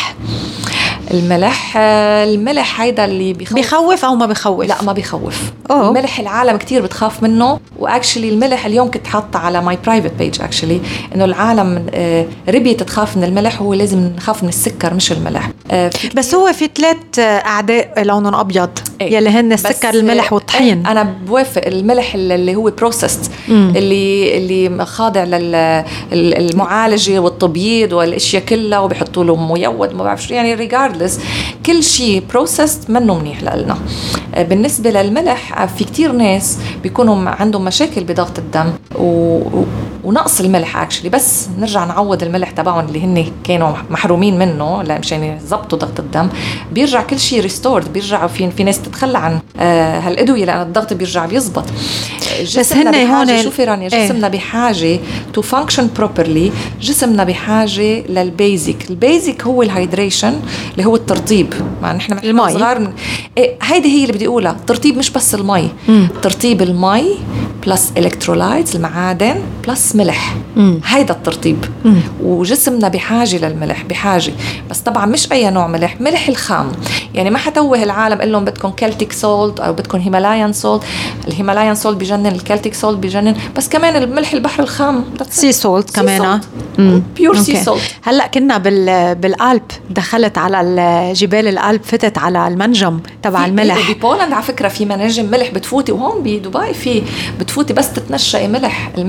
الملح هيدا اللي بيخوف أو ما بيخوف؟ لا ما بيخوف. الملح العالم كتير بتخاف منه، واكشلي الملح اليوم كنت حاطه على ماي برايفت بيج اكشلي انه العالم ربيت تخاف من الملح، وهو لازم نخاف من السكر مش الملح. بس هو في 3 أعداء لونهم أبيض يلي هن السكر، الملح والطحين. أنا بوافق. الملح اللي هو بروسست، اللي خاضع للمعالجة والتبييض والاشياء كلها، وبيحطوا له ميود ما بعرف شو، يعني ريجاردلس كل شيء بروسست منه منيح لنا. بالنسبة للملح، في كتير ناس بيكونوا عندهم مشاكل بضغط الدم ونقص الملح اكشلي، بس نرجع نعوض الملح تبعهم اللي هن كانوا محرومين منه مشان يضبطوا ضغط الدم، بيرجع كل شيء ريستورد. بيرجعوا في ناس تتخلى عن هالأدوية لأن الضغط بيرجع بيزبط. بس هن هون شوفي رانيا، جسمنا بحاجة to function properly. جسمنا بحاجة للبيزك. البيزك هو الهيدريشن اللي هو الترطيب. مع نحن المي صغار هيدي هي اللي بدي أقولها. ترطيب مش بس المي، ترطيب المي بلس إلكترولايتس المعادن بلس ملح. هيدا الترطيب. وجسمنا بحاجة للملح، بحاجة. بس طبعا مش أي نوع ملح الخام. يعني ما حتوه العالم قال لهم بدكم كالتيك سولت أو بدكم هيمالايان سولت. الهيمالايان سولت بيجنن، الكالتيك سولت بيجنن، بس كمان الملح البحر الخام سي سولت كمان، بيور سي سولت. هلا كنا بالألب، دخلت على جبال الألب، فتت على المنجم تبع الملح. ببولند على فكرة في مناجم ملح بتفوتي، وهون بدبي في بتفوتي بس تتنشأي ملح. الملح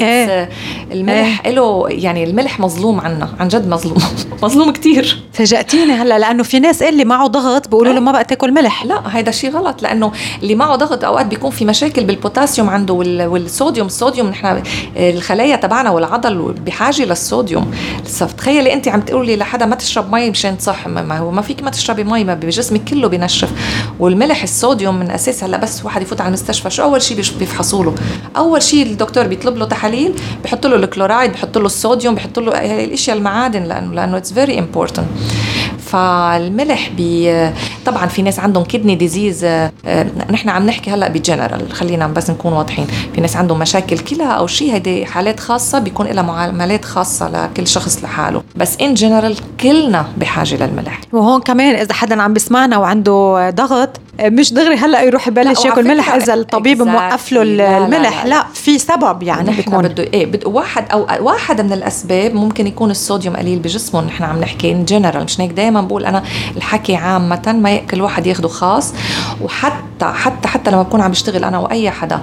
الملح له يعني الملح مظلوم عنا، عن جد مظلوم مظلوم كتير. فاجأتيني هلا، لأنه في ناس اللي معه ضغط بيقولوا له ما بقى تاكل ملح. لا هيدا شيء غلط، لأنه اللي معه ضغط أوقات بيكون في مشاكل بالبوتاسيوم عنده والصوديوم. الصوديوم نحن الخلايا تبعنا والعضل بحاجة للصوديوم. تخيلي أنت عم تقولي لحدا ما تشرب مي مشان تصح، ما هو ما فيك ما تشربي مي، ما بجسمك كله بينشف. والملح الصوديوم من أساس هلا بس واحد يفوت على المستشفى شو أول شيء بيفحصوا له؟ أول شيء الدكتور بيطلب له تحاليل، بيحط له الكلورايد، بيحط له الصوديوم، بيحط له الاشياء المعادن، لانه it's very important. فالملح طبعا في ناس عندهم كدني ديزيز. نحن عم نحكي هلا بجنرال، خلينا بس نكون واضحين. في ناس عندهم مشاكل كلى او شيء، هيدي حالات خاصه بيكون لها معاملات خاصه لكل شخص لحاله، بس ان جنرال كلنا بحاجه للملح. وهون كمان اذا حدا عم بيسمعنا وعنده ضغط، مش دغري هلا يروح يبلش ياكل ملح اذا الطبيب موقف له الملح. لا في سبب يعني بيكون بده واحد من الاسباب ممكن يكون الصوديوم قليل بجسمه. نحن عم نحكي ان جنرال، مش هيك دائما بقول انا الحكي عامه، ما كل واحد ياخده خاص. وحتى لما بكون عم بشتغل انا واي حدا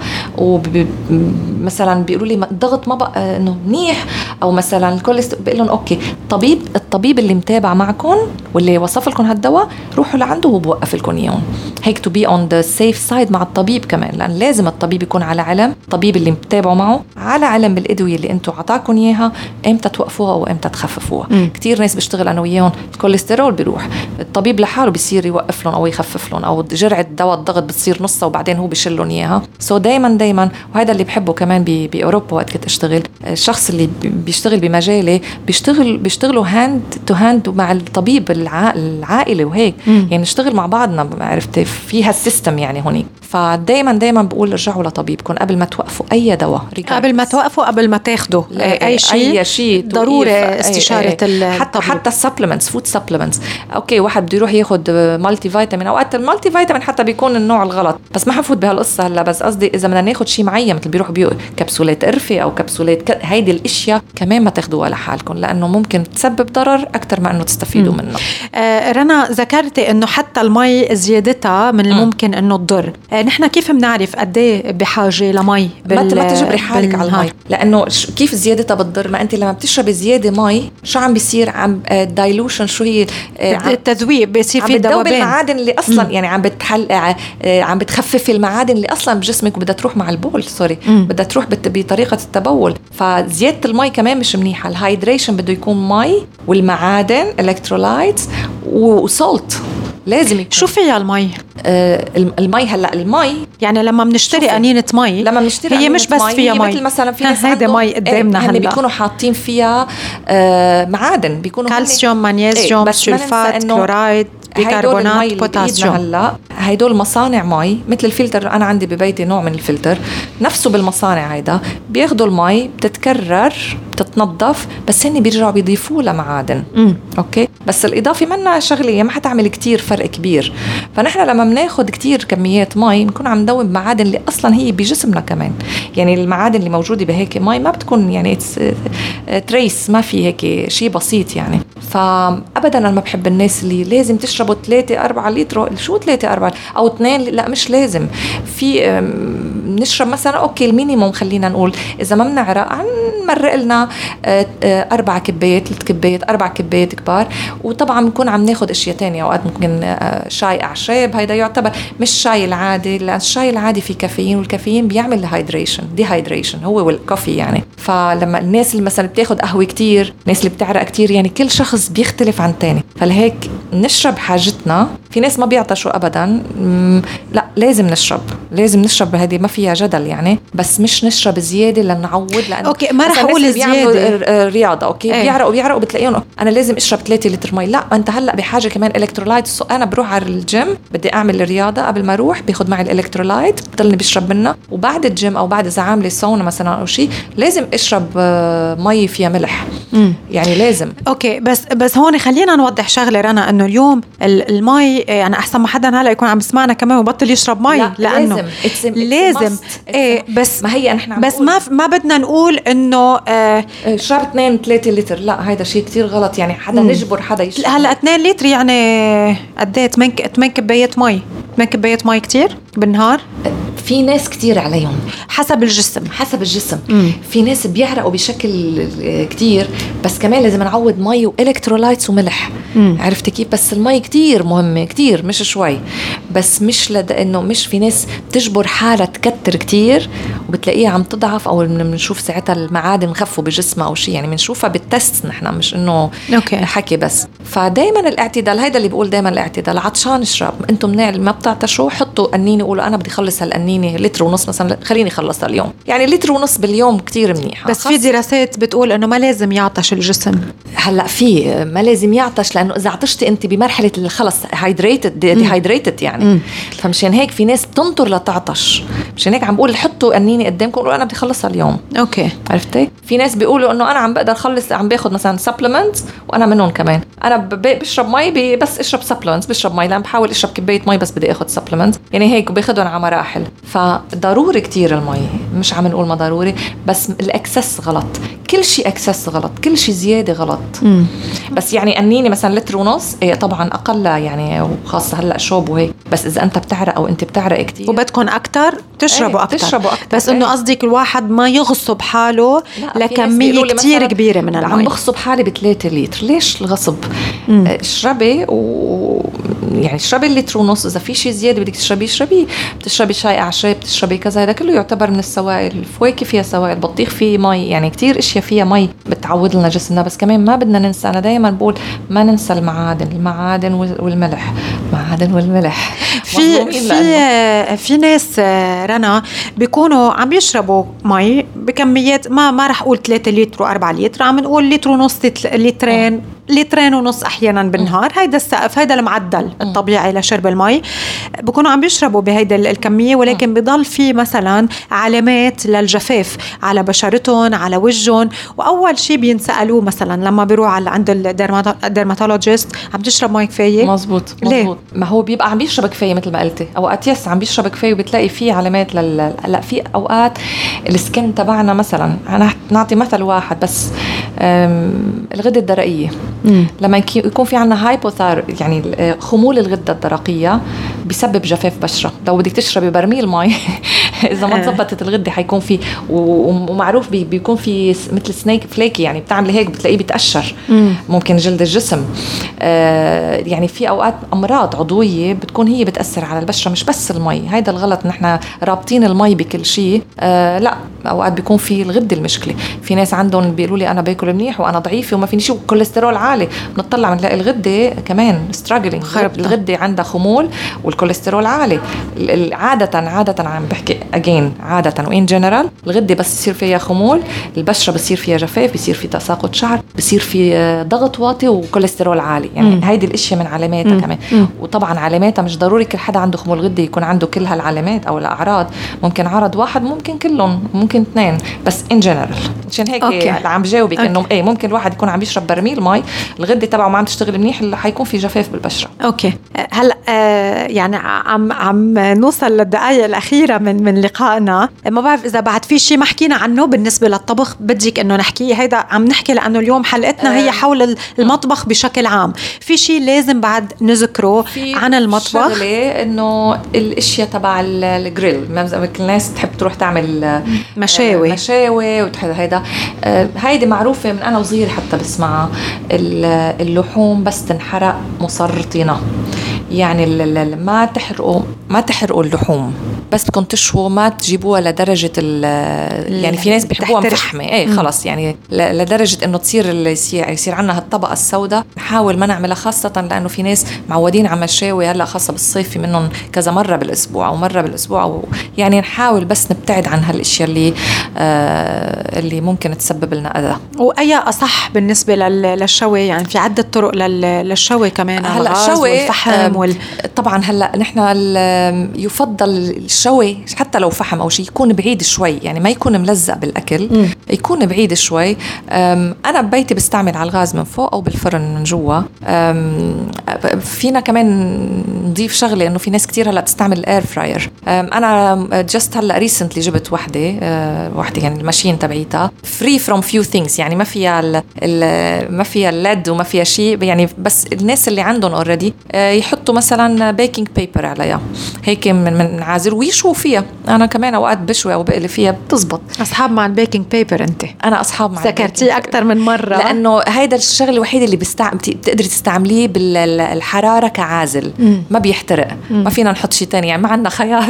مثلا بيقولوا لي الضغط ما بقى انه منيح، او مثلا الكوليسترول، بقول لهم اوكي، الطبيب اللي متابع معكم واللي وصف لكم هالدواء روحوا لعنده وبوقف لكم اياهم. هيك to be on the safe side مع الطبيب كمان، لأن لازم الطبيب يكون على علم، الطبيب اللي متابعه معه على علم بالأدوية اللي انتوا عطاكم إياها، امتى توقفوها وامتى تخففوها. كتير ناس بيشتغل أنا وياهم الكوليسترول بيروح، الطبيب لحاله بيصير يوقف لهم أو يخفف لهم، أو جرعة دواء الضغط بتصير نصها وبعدين هو بيشيل لهم إياها. دايما وهذا اللي بحبه كمان بأوروبا وقت كنت أشتغل، الشخص اللي بيشتغل بمجالي بيشتغلوا هاند تو هاند مع الطبيب العائلي وهيك. يعني نشتغل مع بعضنا، عرفت فيها السيستم يعني هونيك. فدايما بقول ارجعوا لطبيبكم قبل ما توقفوا اي دواء، قبل ما تاخدوا اي شيء ضروري استشاره الطبيب. حتى السبلمنتس، فود سبلمنتس. اوكي واحد بده يروح ياخذ مالتي فيتامين، اوقات المالتي فيتامين حتى بيكون النوع الغلط، بس ما حنفوت بهالقصه هلا. بس قصدي اذا بدنا ناخذ شيء معين، مثل بيروح كبسولات قرفه او كبسولات هيدي الاشياء كمان ما تاخذوها لحالكم، لانه ممكن تسبب ضرر اكثر ما انه تستفيدوا منه. رنا ذكرتي انه حتى المي زيادتها من الممكن انه تضر. نحن كيف بنعرف قد ايه بحاجه لمي؟ ما تجبري حالك على المي، لانه كيف زيادتها بتضر؟ ما انت لما بتشربي زياده مي شو عم بيصير؟ عم دايلوشن، شو هي التذويب، بيصير في ذوبان، المعادن اللي اصلا يعني عم بتخففي المعادن اللي اصلا بجسمك وبدها تروح مع البول، بدها تروح بطريقه التبول. فزياده المي كمان مش منيحه. الهايدريشن بده يكون مي والمعادن الكترولايتس وسولت لازم يكون. شو فيها المي؟ المي هلا المي يعني لما بنشتري قنينة مي، هي مش بس فيها مي، مثل مثلا في ناس هيدا مي قدامنا هلا بيكونوا حاطين فيها معادن، بيكونوا كالسيوم، مغنيسيوم، سلفات، كلورايد، بيكربونات، بوتاسيوم. هلا هيدول مصانع مي مثل الفلتر. انا عندي ببيتي نوع من الفلتر نفسه بالمصانع، هيدا بياخدوا المي بتتكرر بتتنظف، بس هن بيرجعوا بيضيفوا لها معادن. اوكي، بس الاضافه منا شغليه ما حتعمل كتير فرق كبير. فنحن لما بناخد كتير كميات مي بنكون عم ندوب معادن اللي اصلا هي بجسمنا كمان. يعني المعادن اللي موجوده بهيك مي ما بتكون يعني تريس، ما في هيك شيء بسيط يعني. فابدا انا ما بحب الناس اللي لازم تشربوا 3-4 لتر. شو 3-4 او 2؟ لا مش لازم. في نشرب مثلا اوكي المينيموم، خلينا نقول اذا ما بنعرق نمرق لنا 4 كبايات 3 كبايات 4 كبايات كبار. وطبعا بنكون عم ناخد اشياء تانية، اوقات ممكن شاي اعشاب، هيدا يعتبر مش شاي العادي، لان الشاي العادي فيه كافيين، والكافيين بيعمل ديهايدريشن هو والكوفي يعني. فلما الناس اللي مثلا بتاخد قهوه كتير، الناس اللي بتعرق كتير، يعني كل شخص بيختلف عن تاني. فلهيك نشرب حاجتنا. في ناس ما بيعطشوا ابدا، لا لازم نشرب هذه ما فيها جدل يعني، بس مش نشرب زياده لنعوض. لانه اوكي ما رح اقول زياده رياضه اوكي بيعرقوا بتلاقيهم انا لازم اشرب 3 لتر مي. لا انت هلا بحاجه كمان الكترولايت. انا بروح على الجيم بدي اعمل الرياضه، قبل ما اروح باخذ معي الالكترولايت بضلني بشرب منها، وبعد الجيم او بعد اذا عامله ساونا مثلا او شيء لازم اشرب مي فيها ملح. يعني لازم. اوكي بس هون خلينا نوضح شغله رنا، انه اليوم المي يعني احسن ما حدا هلا يكون عم يسمعنا كمان وبطل يشرب مي، لانه لازم بس ما هي نحن بس ما بدنا نقول انه شرب 2-3 لتر. لا هذا شيء كتير غلط يعني. حدا نجبر حدا يشرب. هلا 2 لتر يعني قد ايه؟ 8 كبايات مي. 8 كبايات مي كتير؟ بالنهار؟ في ناس كتير عليهم حسب الجسم. في ناس بيعرقوا بشكل كتير، بس كمان لازم نعوض مي والكترولايتس وملح. عرفت كيف؟ بس المي كتير مهمة، كتير مش شوي، بس مش انه مش في ناس بتجبر حالة تكتر كتير وبتلاقيها عم تضعف، او بنشوف ساعتها المعادن خفوا بجسمها او شيء، يعني بنشوفها بالتست نحن، مش انه حكي بس. فدايما الاعتدال، هيدا اللي بقول دايما الاعتدال. عطشان اشرب، انتم مناع ما بتعطشوا حطوا قنينه، قولوا انا بدي خلص هالقنينه لتر ونص مثلا، خليني خلصها اليوم، يعني لتر ونص باليوم كتير منيحه. بس في دراسات بتقول انه ما لازم يعطش الجسم. هلا في ما لازم يعطش، لانه اذا عطشتي انت بمرحله خلص هايدريتد يعني. فمشان هيك في ناس بتنطر لتعطش، مشان هيك عم بقول حطوا قنينه قدامكم، قولوا انا بدي خلصها اليوم. اوكي، عرفتي؟ في ناس بيقولوا انه انا عم بقدر خلص، عم باخذ مثلا سبلمنتس، وانا منهم كمان. انا بشرب مي بس اشرب سبلمنتس، بشرب مي لان بحاول اشرب كبايه مي بس بدي اخذ سبلمنتس، يعني هيك باخذهم على مراحل. فضروري كتير المي، مش عم نقول ما ضروري، بس الاكسس غلط، كل شيء اكسس غلط، كل شيء زياده غلط. بس يعني قنينه مثلا لتر ونص طبعا اقل يعني، وخاصه هلا شوب وهيك، بس اذا انت بتعرق او انت بتعرق كتير وبدكم اكثر تشربوا اكثر. بس انه قصدك الواحد ما يغصب حاله لكميه كتير كبيره من المي. عم بغصب حالي ب3 لتر، ليش الغصب؟ اشربي يعني اشربي اللتر ونص، اذا في شيء زياده بدك تشربيه اشربيه. بتشربي شاي اعشاب، بتشربي كذا، هذا كله يعتبر من السوائل. الفواكه فيها سوائل، بطيخ فيه مي، يعني كتير اشياء فيها مي بتعوض لنا جسمنا. بس كمان ما بدنا ننسى، انا دائما بقول ما ننسى المعادن والملح. في ناس رنا بيكونوا عم يشربوا مي بكميات ما رح اقول 3 لتر و4 لتر، عم نقول لتر ونص، لترين ونص احيانا بالنهار. هيدا السقف، هيدا المعدل الطبيعي لشرب المي. بكونوا عم بيشربوا بهيدا الكميه، ولكن بضل في مثلا علامات للجفاف على بشرتهم، على وجههم. واول شيء بينسالوه مثلا لما بيروح عند الديرماتولوجيست، عم تشرب مي كفايه؟ مظبوط. ما هو بيبقى عم بيشرب كفايه مثل ما قلتي، اوقات عم بيشرب كفايه وبتلاقي فيه علامات لا في اوقات السكن تبعنا مثلا. انا نعطي مثل واحد بس، الغدة الدرقية لما يكون في عنا هايبوثاير، يعني خمول الغدة الدرقية بيسبب جفاف بشرة. لو بدك تشربي برميل مي إذا ما تزبطت الغدة حيكون في، ومعروف بيكون في مثل سنيك فليكي، يعني بتعمل هيك بتلاقيه بتقشر ممكن جلد الجسم. يعني في أوقات أمراض عضوية بتكون هي بتأثر على البشرة، مش بس المي. هيدا الغلط، نحن رابطين المي بكل شيء. لا، أوقات بيكون في الغدة المشكلة. في ناس عندهم بيقولوا لي أنا باكل منيح وأنا ضعيفة وما فيني شيء، والكوليسترول عالي. بنطلع بنلاقي الغدة كمان ستراجلينج، الغدة عندها خمول والكوليسترول عالي. عادة عم بحكي عادة وإن جنرال، الغدة بس يصير فيها خمول، البشرة بصير فيها جفاف، بصير في تساقط شعر، بصير في ضغط واطي وكوليسترول عالي. يعني هيدي الاشياء من علاماتها كمان. وطبعا علاماتها مش ضروري كل حدا عنده خمول غدة يكون عنده كل هالعلامات او الاعراض، ممكن عرض واحد، ممكن كلهم، ممكن 2، بس ان جنرال. عشان هيك عم جاوبك انه ممكن الواحد يكون عم يشرب برميل مي، الغدة تبعه ما عم تشتغل منيح، حيكون في جفاف بالبشرة. اوكي، هلا يعني عم نوصل للدقائق الاخيره من لقائنا. ما بعرف اذا بعد في شيء ما حكينا عنه بالنسبه للطبخ بدك انه نحكيه. هيدا عم نحكي لانه اليوم حلقتنا هي حول المطبخ بشكل عام. في شيء لازم بعد نذكره عن المطبخ؟ شغله انه الاشياء تبع الجريل، ما الناس تحب تروح تعمل مشاوي هيدا هيدي معروفه من انا وصغير، حتى بسمعها. اللحوم بس تنحرق مسرطنه، يعني ما تحرقوا اللحوم، بس بدكم تشووا، ما تجيبوها لدرجة يعني في ناس بيحبوها مفحمة خلص، يعني لدرجة انه يصير عنا هالطبقة السوداء. نحاول ما نعملها، خاصة لانه في ناس معودين على مشاوي هلا، خاصة بالصيف في منهم كذا مرة بالاسبوع او مرة بالاسبوع، أو يعني نحاول بس نبتعد عن هالاشياء اللي ممكن تسبب لنا اذى. واي اصح بالنسبة للشوي؟ يعني في عدة طرق للشوي كمان، هلا الشوي والفحم طبعا هلا نحن يفضل الشوي حتى لو فحم او شيء يكون بعيد شوي، يعني ما يكون ملزق بالاكل، يكون بعيد شوي. انا ببيتي بستعمل على الغاز من فوق او بالفرن من جوا. فينا كمان نضيف شغله، انه في ناس كتير هلا بتستعمل الاير فراير. انا جست هلا ريسنتلي جبت وحده يعني الماشين تبعيتها فري فروم فيو ثينجز، يعني ما فيها الليد وما فيها شيء، يعني بس الناس اللي عندهم اوريدي يحطوا بحطوا مثلا بيكنج بيبر عليها هيك من عازل ويشوف فيها. انا كمان اوقات بشوي او بقلي فيها بتزبط. اصحاب مع البيكنج بيبر انت؟ انا اصحاب مع ذكرتيه اكثر من مره، لانه هيدا الشغله الوحيده اللي بتقدري تستعمليه بالحراره كعازل. ما بيحترق. ما فينا نحط شيء تاني، يعني ما عندنا خيار.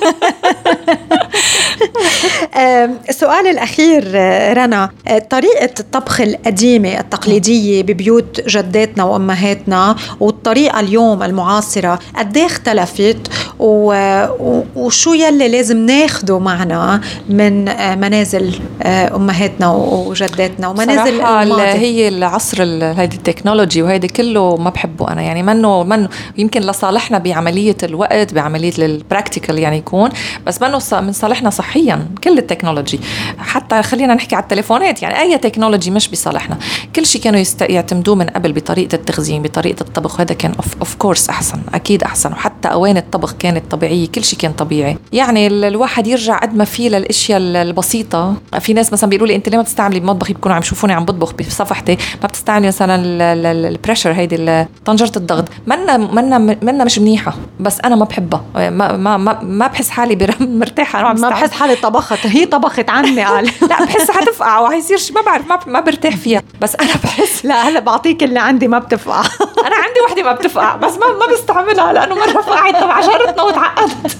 السؤال الأخير رنا، طريقة الطبخ القديمة التقليدية ببيوت جداتنا وأمهاتنا والطريقة اليوم المعاصرة قد ايه اختلفت، وشو يلي لازم ناخده معنا من منازل أمهاتنا وجداتنا ومنازل الماضي؟ هي العصر هيدي التكنولوجي وهيدي كله ما بحبه أنا، يعني منه يمكن لصالحنا بعملية الوقت، بعملية البراكتيكال يعني يكون، بس منه من صالحنا صحيا. كل التكنولوجي، حتى خلينا نحكي على التليفونات، يعني أي تكنولوجي مش بصالحنا. كل شيء كانوا يعتمدوه من قبل بطريقة التخزين، بطريقة الطبخ، هذا كان اوف كورس أحسن، أكيد أحسن. وحتى أوان الطبخ كانت طبيعية، كل شيء كان طبيعي. يعني الواحد يرجع قد ما فيه للأشياء البسيطة. في ناس مثلا بيقولوا لي أنت ليه ما تستعملي بمطبخي، بيكونوا عم يشوفوني عم بطبخ بصفحتي، ما بتستعملي مثلا البريشر، هيدي طنجرة الضغط. منا مش منيحة، بس أنا ما بحبها. ما بحس حالي مرتاحة. أنا ما بحس حالي طبخت، هي طبخت عني قال لا بحس حتفقع وهيصير ما بعرف، ما برتاح فيها. بس أنا بحس لا هلا بعطيك اللي عندي ما بتفقع. أنا عندي وحدة ما بتفقع، بس ما بستعملها لأنه مرة فقعت تبع جارتنا وتعقدت.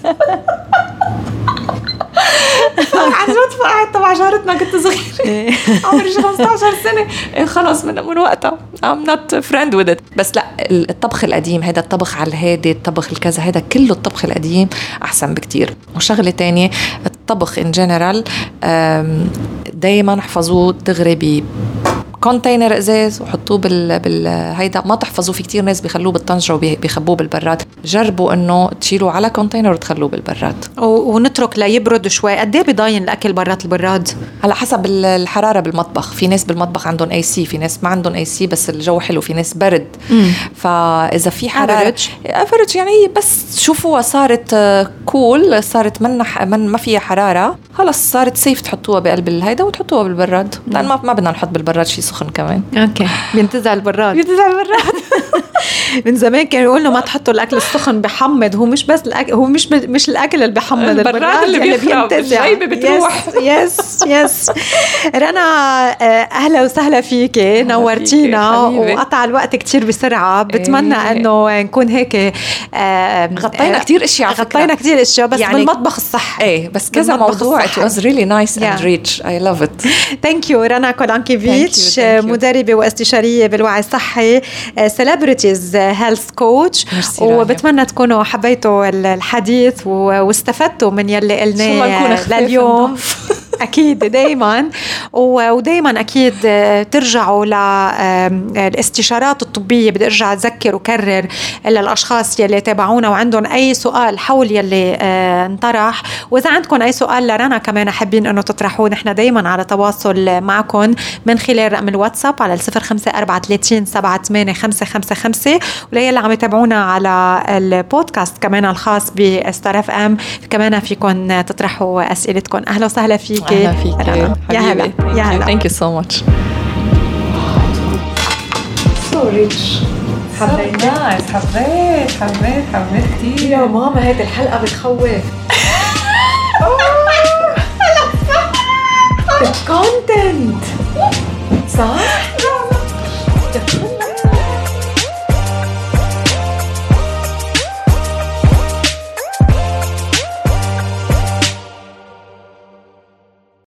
عن جد فقعت تبع جارتنا، كنت صغيرة عمري 15 سنة، خلص من وقتها I'm not friend with it. بس لا، الطبخ القديم، هذا الطبخ على الهادي، الطبخ الكذا، هذا كله الطبخ القديم أحسن بكتير. وشغلة تانية، الطبخ in general دايما احفظوه دغري كونتينر ازاز وحطوه هيدا، ما تحفظوه. في كتير ناس بيخلوه بالطنجرة وبيخبوه بالبراد. جربوا انه تشيلوه على كونتينر وتخلوه بالبراد ونترك ليبرد شوي. قد ايه بضاين الاكل برات البراد؟ على حسب الحراره بالمطبخ. في ناس بالمطبخ عندهم اي سي، في ناس ما عندهم اي سي بس الجو حلو، في ناس برد. فاذا في حراره افرج يعني هي بس شوفوها صارت كول، صارت ما فيها حراره، خلص صارت سيف تحطوها بقلب الهيدا وتحطوها بالبراد. لان ما بدنا نحط بالبراد شيء سخن كمان. اوكي، بينتزع البراد. من زمان كانوا يقولوا ما تحطوا الاكل السخن بحمض. هو مش بس الاكل، هو مش الاكل اللي بحمض، البراد اللي بينتزع. الجيبه بتروح. يس رنا، اهلا وسهلا فيكي، نورتينا وقطع الوقت كتير بسرعه. بتمنى انه نكون هيك غطينا كتير اشياء، بس يعني بالمطبخ الصحي. ايه بس كذا موضوع. It was really nice and rich. I love it. Thank you رنا كولانكيفيتش، مدربة واستشارية بالوعي الصحي، celebrities health coach. وبتمنى تكونوا حبيتوا الحديث واستفدتوا من يلي قلناه لليوم. أكيد دايما ودايما أكيد ترجعوا للاستشارات الطبية. بدي أرجع أذكر وكرر للأشخاص يلي تابعونا وعندهم أي سؤال حول يلي انطرح، وإذا عندكم أي سؤال لرنا كمان حابين أنه تطرحوه، نحن دايما على تواصل معكم من خلال رقم الواتساب على 0543378555. وليلي عم يتابعونا على البودكاست كمان الخاص بستار اف ام، كمان فيكم تطرحوا أسئلتكم. أهلا وسهلا فيك. أهلا فيك. يا هلا يا هلا. Thank you so much. So rich. حبيت كتير يا ماما. هذه الحلقة بتخوف. The content صح؟